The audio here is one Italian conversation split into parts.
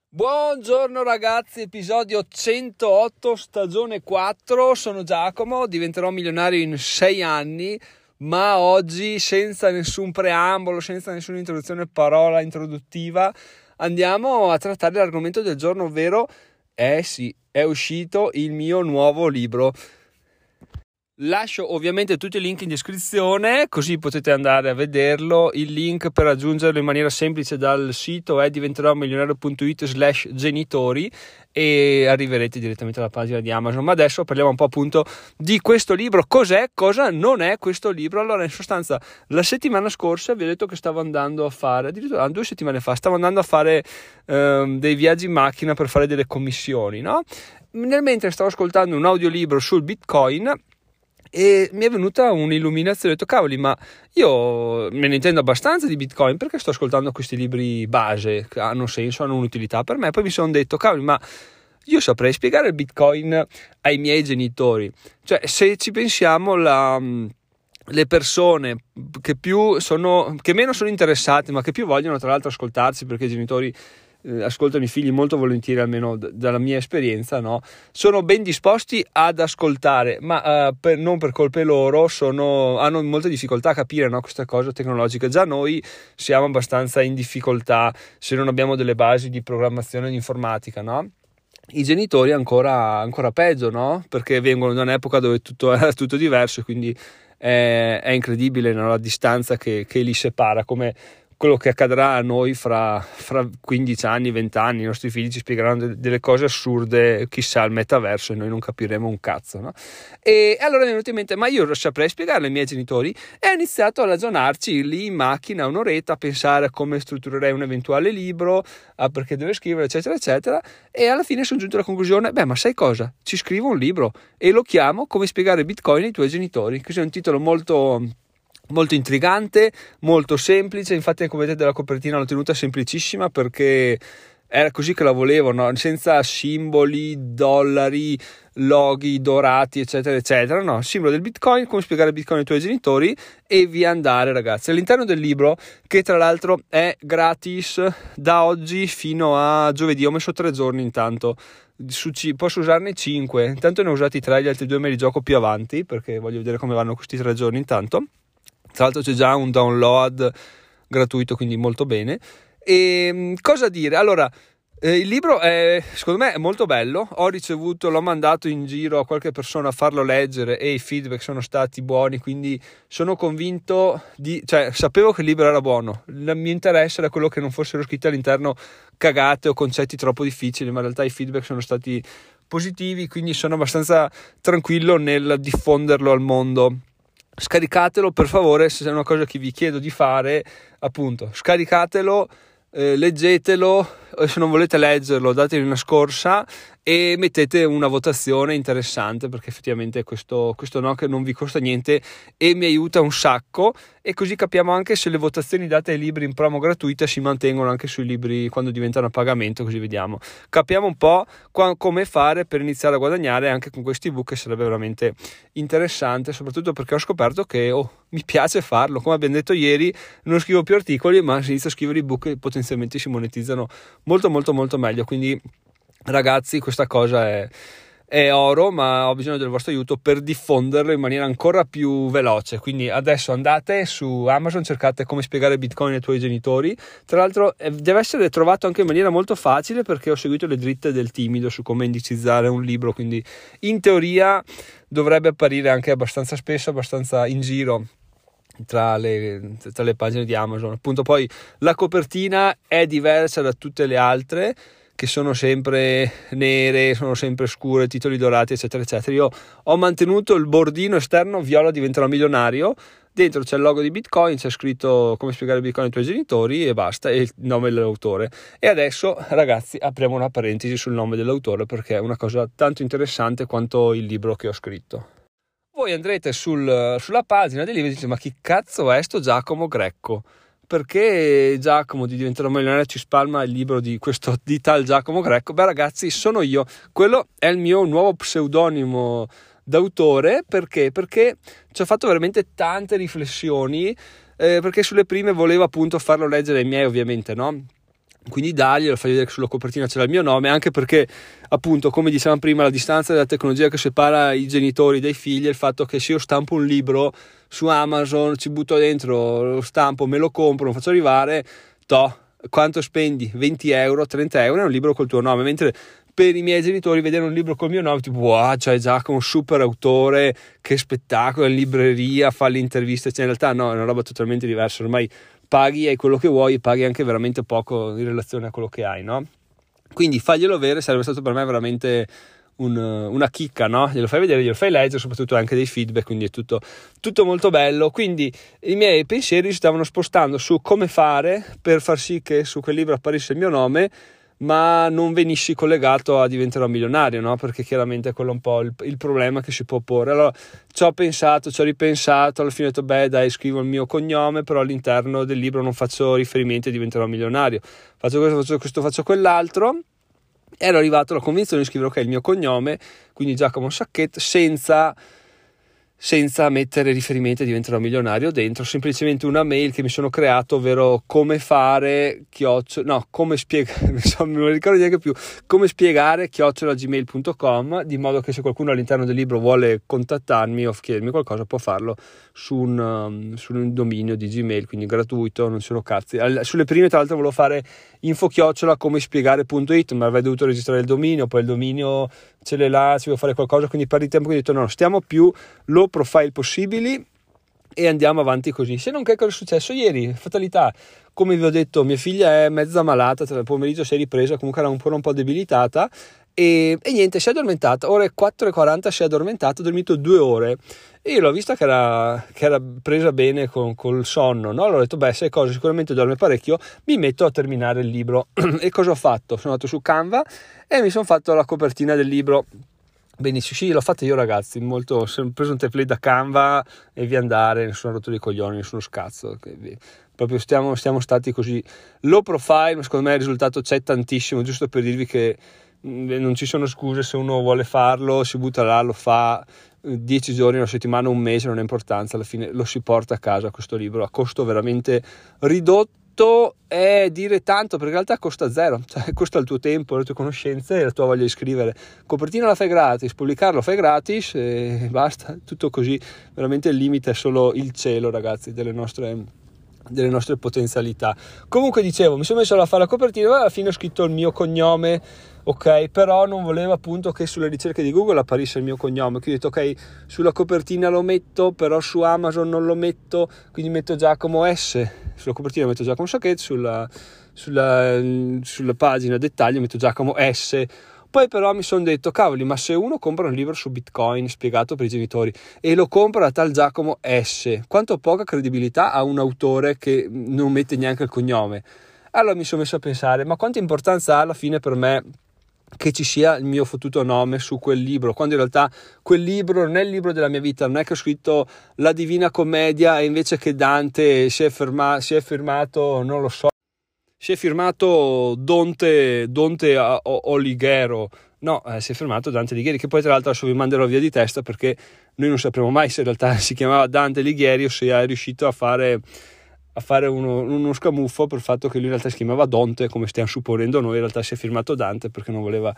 Buongiorno ragazzi, episodio 108, stagione 4, sono Giacomo, diventerò milionario in 6 anni, ma oggi senza nessun preambolo, senza nessuna introduzione, parola introduttiva, andiamo a trattare l'argomento del giorno, ovvero, è uscito il mio nuovo libro. Lascio ovviamente tutti i link in descrizione, così potete andare a vederlo. Il link per raggiungerlo in maniera semplice dal sito è diventeromilionario.it/genitori e arriverete direttamente alla pagina di Amazon. Ma adesso parliamo un po' appunto di questo libro. Cos'è? Cosa non è questo libro? Allora, in sostanza, la settimana scorsa vi ho detto che stavo andando a fare, addirittura 2 settimane fa, stavo andando a fare dei viaggi in macchina per fare delle commissioni, no? Nel mentre stavo ascoltando un audiolibro sul Bitcoin e mi è venuta un'illuminazione, ho detto cavoli, ma io me ne intendo abbastanza di Bitcoin, perché sto ascoltando questi libri base che hanno senso, hanno un'utilità per me. Poi mi sono detto cavoli, ma io saprei spiegare il Bitcoin ai miei genitori. Cioè, se ci pensiamo, le persone che meno sono interessate, ma che più vogliono tra l'altro ascoltarsi, perché i genitori ascoltano i figli molto volentieri, almeno dalla mia esperienza, no? Sono ben disposti ad ascoltare, ma non per colpe loro, hanno molta difficoltà a capire, no, queste cose tecnologiche. Già noi siamo abbastanza in difficoltà se non abbiamo delle basi di programmazione e di informatica, no? I genitori ancora peggio, no? Perché vengono da un'epoca dove tutto era tutto diverso, e quindi è incredibile, no? La distanza che li separa, come quello che accadrà a noi fra 15 anni, 20 anni. I nostri figli ci spiegheranno delle cose assurde, chissà, al metaverso, e noi non capiremo un cazzo, no? E allora mi è venuto in mente, ma io saprei spiegarlo ai miei genitori, e ho iniziato a ragionarci lì in macchina un'oretta, a pensare a come strutturerei un eventuale libro, a perché deve scrivere, eccetera eccetera, e alla fine sono giunto alla conclusione, ma sai cosa? Ci scrivo un libro e lo chiamo Come spiegare Bitcoin ai tuoi genitori. Questo è un titolo molto intrigante, molto semplice. Infatti, come vedete, la copertina l'ho tenuta semplicissima perché era così che la volevo, no? Senza simboli, dollari, loghi dorati, eccetera eccetera, no, simbolo del Bitcoin, come spiegare Bitcoin ai tuoi genitori, e via andare ragazzi. All'interno del libro, che tra l'altro è gratis da oggi fino a giovedì, ho messo 3 giorni intanto, posso usarne 5, intanto ne ho usati 3, gli altri 2 me li gioco più avanti perché voglio vedere come vanno questi 3 giorni intanto. Tra l'altro c'è già un download gratuito, quindi molto bene. E cosa dire? Allora, il libro secondo me è molto bello. L'ho mandato in giro a qualche persona a farlo leggere e i feedback sono stati buoni, quindi sono convinto sapevo che il libro era buono. Il mio interesse era quello che non fossero scritte all'interno cagate o concetti troppo difficili, ma in realtà i feedback sono stati positivi, quindi sono abbastanza tranquillo nel diffonderlo al mondo. Scaricatelo per favore, se è una cosa che vi chiedo di fare, appunto, scaricatelo, leggetelo, se non volete leggerlo datevi una scorsa e mettete una votazione interessante, perché effettivamente questo no, che non vi costa niente e mi aiuta un sacco, e così capiamo anche se le votazioni date ai libri in promo gratuita si mantengono anche sui libri quando diventano a pagamento, così vediamo, capiamo un po' come fare per iniziare a guadagnare anche con questi ebook, che sarebbe veramente interessante, soprattutto perché ho scoperto che mi piace farlo. Come abbiamo detto ieri, non scrivo più articoli, ma se inizio a scrivere ebook e potenzialmente si monetizzano molto molto molto meglio. Quindi ragazzi, questa cosa è oro, ma ho bisogno del vostro aiuto per diffonderlo in maniera ancora più veloce. Quindi adesso andate su Amazon, cercate Come spiegare Bitcoin ai tuoi genitori. Tra l'altro deve essere trovato anche in maniera molto facile, perché ho seguito le dritte del timido su come indicizzare un libro, quindi in teoria dovrebbe apparire anche abbastanza spesso, abbastanza in giro tra le pagine di Amazon. Appunto, poi la copertina è diversa da tutte le altre, che sono sempre nere, sono sempre scure, titoli dorati, eccetera eccetera. Io ho mantenuto il bordino esterno viola diventerò milionario, dentro c'è il logo di Bitcoin, c'è scritto Come spiegare Bitcoin ai tuoi genitori e basta, e il nome dell'autore. E adesso ragazzi apriamo una parentesi sul nome dell'autore, perché è una cosa tanto interessante quanto il libro che ho scritto. Voi andrete sulla pagina del libro e dite: ma chi cazzo è sto Giacomo Greco? Perché Giacomo di Diventerò Milionario ci spalma il libro di tal Giacomo Greco? Beh ragazzi, sono io, quello è il mio nuovo pseudonimo d'autore. Perché ci ho fatto veramente tante riflessioni, perché sulle prime volevo appunto farlo leggere ai miei, ovviamente, no? quindi daglielo, fai vedere che sulla copertina c'è il mio nome, anche perché appunto, come dicevamo prima, la distanza della tecnologia che separa i genitori dai figli è il fatto che se io stampo un libro su Amazon, ci butto dentro, lo stampo, me lo compro, lo faccio arrivare, quanto spendi? 20 euro, 30 euro, è un libro col tuo nome, mentre per i miei genitori vedere un libro col mio nome, tipo wow, c'è Giacomo, super autore, che spettacolo, in libreria, fa le interviste, cioè in realtà no, è una roba totalmente diversa, ormai paghi, hai quello che vuoi, paghi anche veramente poco in relazione a quello che hai, no? Quindi faglielo avere, sarebbe stato per me veramente una chicca, no? Glielo fai vedere, glielo fai leggere, soprattutto anche dei feedback, quindi è tutto molto bello. Quindi i miei pensieri si stavano spostando su come fare per far sì che su quel libro apparisse il mio nome, ma non venissi collegato a diventerò milionario, no? Perché chiaramente è quello un po' il problema che si può porre. Allora ci ho pensato, ci ho ripensato, alla fine ho detto beh dai, scrivo il mio cognome, però all'interno del libro non faccio riferimento a diventerò milionario, faccio quell'altro. Ero arrivato alla convinzione di scrivere ok il mio cognome, quindi Giacomo Sacchet, senza mettere riferimenti a diventerò milionario dentro, semplicemente una mail che mi sono creato, ovvero come fare come spiegare, non mi ricordo neanche più, come spiegare @gmail.com, di modo che se qualcuno all'interno del libro vuole contattarmi o chiedermi qualcosa può farlo su un dominio di Gmail, quindi gratuito, non sono cazzi. Sulle prime tra l'altro volevo fare come spiegare.it, ma avrei dovuto registrare il dominio, poi il dominio ce l'è là, ci devo fare qualcosa, quindi perdi tempo, quindi ho detto no, stiamo più low profile possibili e andiamo avanti così. Se non, che cosa è successo ieri? Fatalità, come vi ho detto, mia figlia è mezza malata, tra il pomeriggio si è ripresa, comunque era un po' debilitata e niente, si è addormentata, ore 4:40 si è addormentata, ha dormito 2 ore e io l'ho vista che era presa bene col sonno, no? Allora ho detto beh, sai cosa, sicuramente dorme parecchio, mi metto a terminare il libro. E cosa ho fatto? Sono andato su Canva e mi sono fatto la copertina del libro. Benissimo, sì, l'ho fatta io ragazzi, ho preso un template da Canva e via andare, nessuno rotto dei coglioni, nessuno scazzo, proprio stiamo stati così low profile, ma secondo me il risultato c'è tantissimo, giusto per dirvi che non ci sono scuse, se uno vuole farlo si butta là, lo fa 10 giorni, una settimana, un mese, non ha importanza, alla fine lo si porta a casa questo libro a costo veramente ridotto. È dire tanto, perché in realtà costa zero, cioè costa il tuo tempo, le tue conoscenze e la tua voglia di scrivere. Copertina la fai gratis, pubblicarlo fai gratis e basta, tutto così. Veramente il limite è solo il cielo, ragazzi, delle nostre potenzialità. Comunque dicevo, mi sono messo a fare la copertina e alla fine ho scritto il mio cognome, ok, però non volevo appunto che sulle ricerche di Google apparisse il mio cognome, quindi ho detto ok, sulla copertina lo metto, però su Amazon non lo metto, quindi metto Giacomo S, sulla copertina metto Giacomo Sacchet, sulla pagina dettaglio metto Giacomo S. Poi però mi sono detto cavoli, ma se uno compra un libro su Bitcoin spiegato per i genitori e lo compra da tal Giacomo S, quanto poca credibilità ha un autore che non mette neanche il cognome. Allora mi sono messo a pensare, ma quanta importanza ha alla fine per me che ci sia il mio fottuto nome su quel libro, quando in realtà quel libro non è il libro della mia vita, non è che ho scritto la Divina Commedia e invece che Dante si è firmato, non lo so, si è firmato Donte Olighero, no, si è firmato Dante Alighieri, che poi tra l'altro adesso vi manderò via di testa perché noi non sapremo mai se in realtà si chiamava Dante Alighieri o se è riuscito a fare uno scamuffo per il fatto che lui in realtà si chiamava Donte, come stiamo supponendo noi, in realtà si è firmato Dante perché non voleva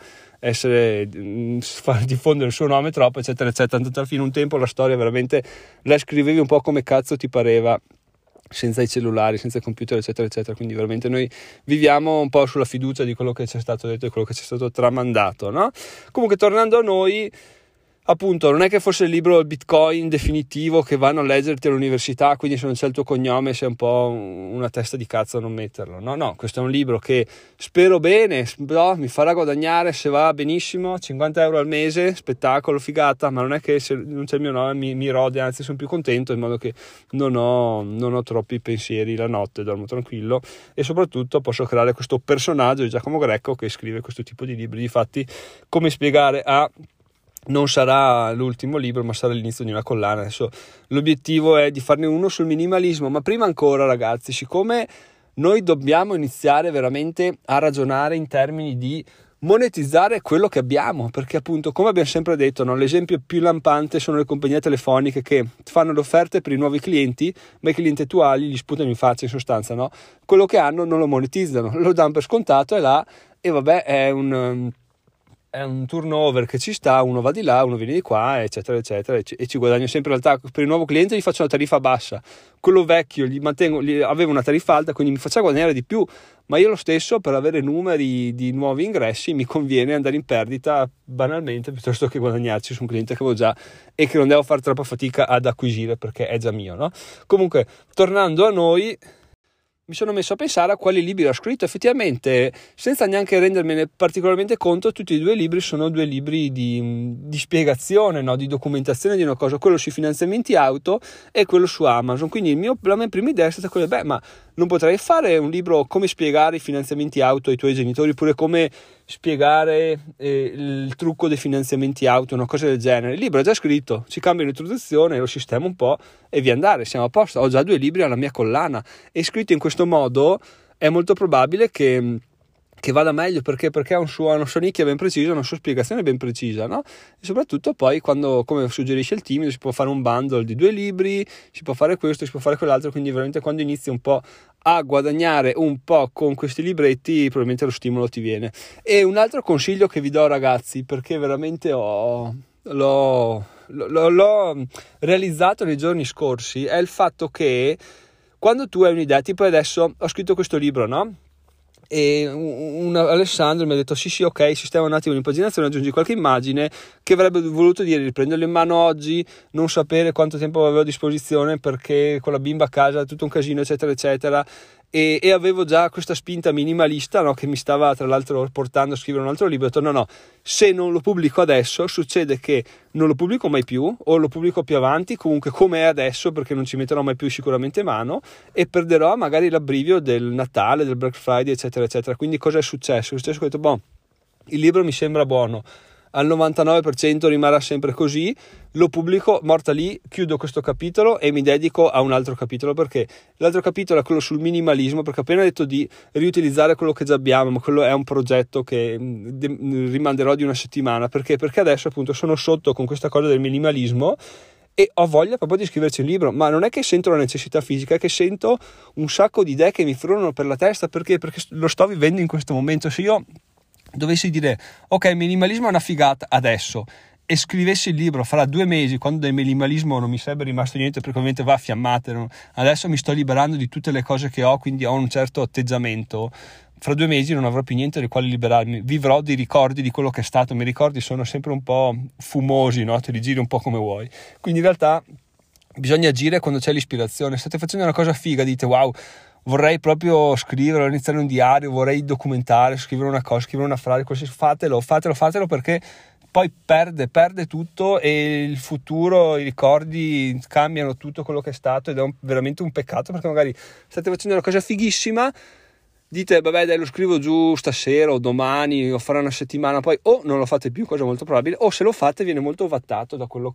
far diffondere il suo nome troppo, eccetera eccetera. Tanto alla fine un tempo la storia veramente la scrivevi un po' come cazzo ti pareva, senza i cellulari, senza il computer, eccetera eccetera, quindi veramente noi viviamo un po' sulla fiducia di quello che ci è stato detto e quello che ci è stato tramandato, no? Comunque tornando a noi, appunto, non è che fosse il libro Bitcoin definitivo che vanno a leggerti all'università, quindi se non c'è il tuo cognome sei un po' una testa di cazzo a non metterlo. No, questo è un libro che spero bene, no, mi farà guadagnare, se va benissimo, 50 euro al mese, spettacolo, figata, ma non è che se non c'è il mio nome mi rode, anzi sono più contento, in modo che non ho troppi pensieri la notte, dormo tranquillo e soprattutto posso creare questo personaggio di Giacomo Greco che scrive questo tipo di libri. Difatti, come spiegare non sarà l'ultimo libro, ma sarà l'inizio di una collana. Adesso l'obiettivo è di farne uno sul minimalismo, ma prima ancora, ragazzi, siccome noi dobbiamo iniziare veramente a ragionare in termini di monetizzare quello che abbiamo, perché appunto, come abbiamo sempre detto, no, l'esempio più lampante sono le compagnie telefoniche che fanno le offerte per i nuovi clienti, ma i clienti attuali gli sputano in faccia in sostanza, no? Quello che hanno non lo monetizzano, lo danno per scontato e là, e vabbè, è un turnover che ci sta, uno va di là, uno viene di qua, eccetera eccetera, e ci guadagno sempre. In realtà per il nuovo cliente gli faccio una tariffa bassa, quello vecchio avevo una tariffa alta, quindi mi faceva guadagnare di più, ma io lo stesso, per avere numeri di nuovi ingressi, mi conviene andare in perdita banalmente piuttosto che guadagnarci su un cliente che avevo già e che non devo fare troppa fatica ad acquisire perché è già mio, no? Comunque, tornando a noi, mi sono messo a pensare a quali libri ho scritto. Effettivamente, senza neanche rendermene particolarmente conto, tutti e due libri sono due libri di spiegazione, no? Di documentazione di una cosa, quello sui finanziamenti auto e quello su Amazon. Quindi la mia prima idea è stata quella, ma non potrei fare un libro come spiegare i finanziamenti auto ai tuoi genitori, oppure come spiegare il trucco dei finanziamenti auto, una cosa del genere. Il libro è già scritto, ci cambia l'introduzione, lo sistema un po' e via andare, siamo a posto. Ho già 2 libri alla mia collana e scritto in questo modo è molto probabile che vada meglio, perché ha una sua nicchia ben precisa, una sua spiegazione ben precisa, no? E soprattutto poi, quando, come suggerisce il timido, si può fare un bundle di 2 libri, si può fare questo, si può fare quell'altro, quindi veramente quando inizi un po' a guadagnare un po' con questi libretti, probabilmente lo stimolo ti viene. E un altro consiglio che vi do, ragazzi, perché veramente l'ho realizzato nei giorni scorsi, è il fatto che quando tu hai un'idea, tipo adesso ho scritto questo libro, no? E Alessandro mi ha detto sì ok, sistema un attimo l'impaginazione, aggiungi qualche immagine, che avrebbe voluto dire riprenderlo in mano oggi, non sapere quanto tempo avevo a disposizione perché con la bimba a casa tutto un casino eccetera eccetera, e avevo già questa spinta minimalista, no, che mi stava tra l'altro portando a scrivere un altro libro. Ho detto no, se non lo pubblico adesso succede che non lo pubblico mai più, o lo pubblico più avanti, comunque come è adesso, perché non ci metterò mai più sicuramente mano e perderò magari l'abbrivio del Natale, del Black Friday eccetera eccetera. Quindi cosa è successo? È successo che ho detto il libro mi sembra buono, al 99% rimarrà sempre così, lo pubblico, morta lì, chiudo questo capitolo e mi dedico a un altro capitolo, perché l'altro capitolo è quello sul minimalismo, perché ho appena detto di riutilizzare quello che già abbiamo, ma quello è un progetto che rimanderò di una settimana, perché adesso appunto sono sotto con questa cosa del minimalismo e ho voglia proprio di scriverci un libro, ma non è che sento la necessità fisica, è che sento un sacco di idee che mi frullano per la testa, perché lo sto vivendo in questo momento. Se io dovessi dire ok, il minimalismo è una figata adesso e scrivessi il libro fra 2 mesi, quando del minimalismo non mi sarebbe rimasto niente, perché ovviamente va a fiammate, no? Adesso mi sto liberando di tutte le cose che ho, quindi ho un certo atteggiamento, fra 2 mesi non avrò più niente di quale liberarmi, vivrò di ricordi di quello che è stato. I miei ricordi sono sempre un po' fumosi, no? Te li giri un po' come vuoi, quindi in realtà bisogna agire quando c'è l'ispirazione. State facendo una cosa figa, dite wow, vorrei proprio scrivere, iniziare un diario, vorrei documentare, scrivere una cosa, scrivere una frase, così fatelo, perché poi perde tutto e il futuro, i ricordi cambiano tutto quello che è stato, ed è veramente un peccato, perché magari state facendo una cosa fighissima, dite vabbè dai, lo scrivo giù stasera o domani o farà una settimana, poi o non lo fate più, cosa molto probabile, o se lo fate viene molto ovattato da quello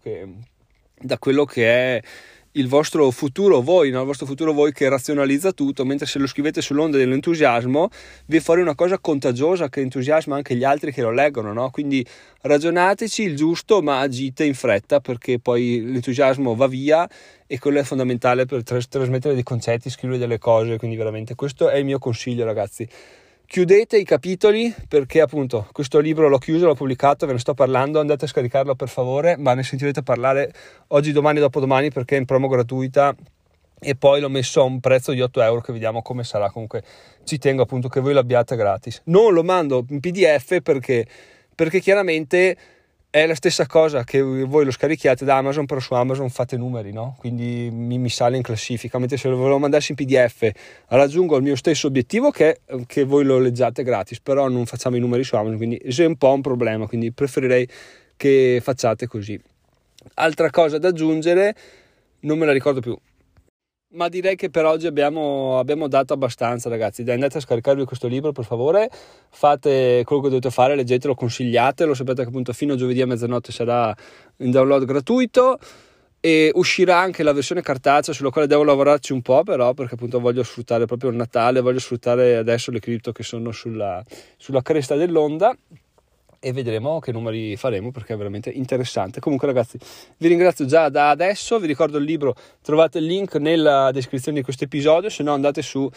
che è il vostro futuro voi, no? Il vostro futuro voi che razionalizza tutto, mentre se lo scrivete sull'onda dell'entusiasmo vi è fuori una cosa contagiosa che entusiasma anche gli altri che lo leggono, no? Quindi ragionateci il giusto, ma agite in fretta, perché poi l'entusiasmo va via e quello è fondamentale per trasmettere dei concetti, scrivere delle cose. Quindi veramente questo è il mio consiglio, ragazzi. Chiudete i capitoli, perché appunto questo libro l'ho chiuso, l'ho pubblicato, ve ne sto parlando, andate a scaricarlo per favore, ma ne sentirete parlare oggi, domani, dopodomani, perché è in promo gratuita e poi l'ho messo a un prezzo di 8 euro che vediamo come sarà. Comunque ci tengo appunto che voi l'abbiate gratis. Non lo mando in PDF perché chiaramente è la stessa cosa che voi lo scarichiate da Amazon, però su Amazon fate numeri, no? Quindi mi sale in classifica, mentre se lo volevo mandarsi in PDF raggiungo il mio stesso obiettivo, che voi lo leggiate gratis, però non facciamo i numeri su Amazon, quindi è un po' un problema, quindi preferirei che facciate così. Altra cosa da aggiungere, non me la ricordo più, ma direi che per oggi abbiamo dato abbastanza, ragazzi. Dai, andate a scaricarvi questo libro per favore, fate quello che dovete fare, leggetelo, consigliatelo, sapete che appunto fino a giovedì a mezzanotte sarà in download gratuito. e uscirà anche la versione cartacea, sulla quale devo lavorarci un po', però, perché appunto voglio sfruttare proprio il Natale, voglio sfruttare adesso le cripto che sono sulla cresta dell'onda, e vedremo che numeri faremo, perché è veramente interessante. Comunque ragazzi, vi ringrazio già da adesso, vi ricordo il libro, trovate il link nella descrizione di questo episodio, se no andate su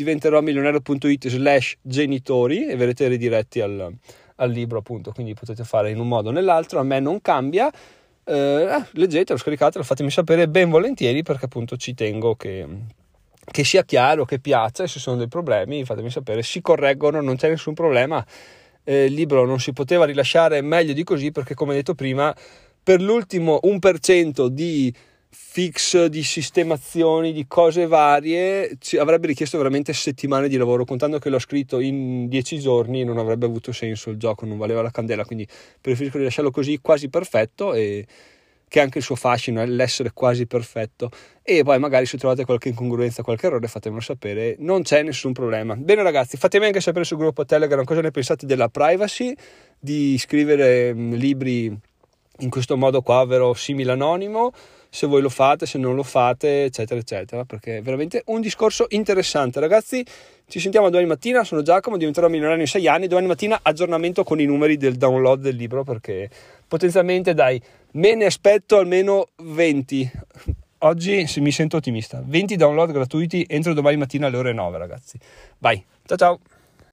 diventeromilionario.it/genitori e verrete ridiretti al libro, appunto, quindi potete fare in un modo o nell'altro, a me non cambia. Leggetelo, scaricatelo, fatemi sapere ben volentieri, perché appunto ci tengo che sia chiaro, che piaccia, e se sono dei problemi fatemi sapere, si correggono, non c'è nessun problema. Il libro non si poteva rilasciare meglio di così, perché come detto prima, per l'ultimo 1% di fix, di sistemazioni, di cose varie, ci avrebbe richiesto veramente settimane di lavoro, contando che l'ho scritto in 10 giorni, non avrebbe avuto senso il gioco, non valeva la candela, quindi preferisco rilasciarlo così, quasi perfetto, e che anche il suo fascino è l'essere quasi perfetto. E poi magari se trovate qualche incongruenza, qualche errore, fatemelo sapere, non c'è nessun problema. Bene ragazzi, fatemi anche sapere sul gruppo Telegram cosa ne pensate della privacy, di scrivere libri in questo modo qua, ovvero simile anonimo, se voi lo fate, se non lo fate, eccetera eccetera, perché è veramente un discorso interessante. Ragazzi, ci sentiamo domani mattina. Sono Giacomo, diventerò milionario in 6 anni. Domani mattina aggiornamento con i numeri del download del libro, perché potenzialmente me ne aspetto almeno 20. Oggi mi sento ottimista, 20 download gratuiti entro domani mattina alle ore 9 ragazzi. Vai, ciao ciao.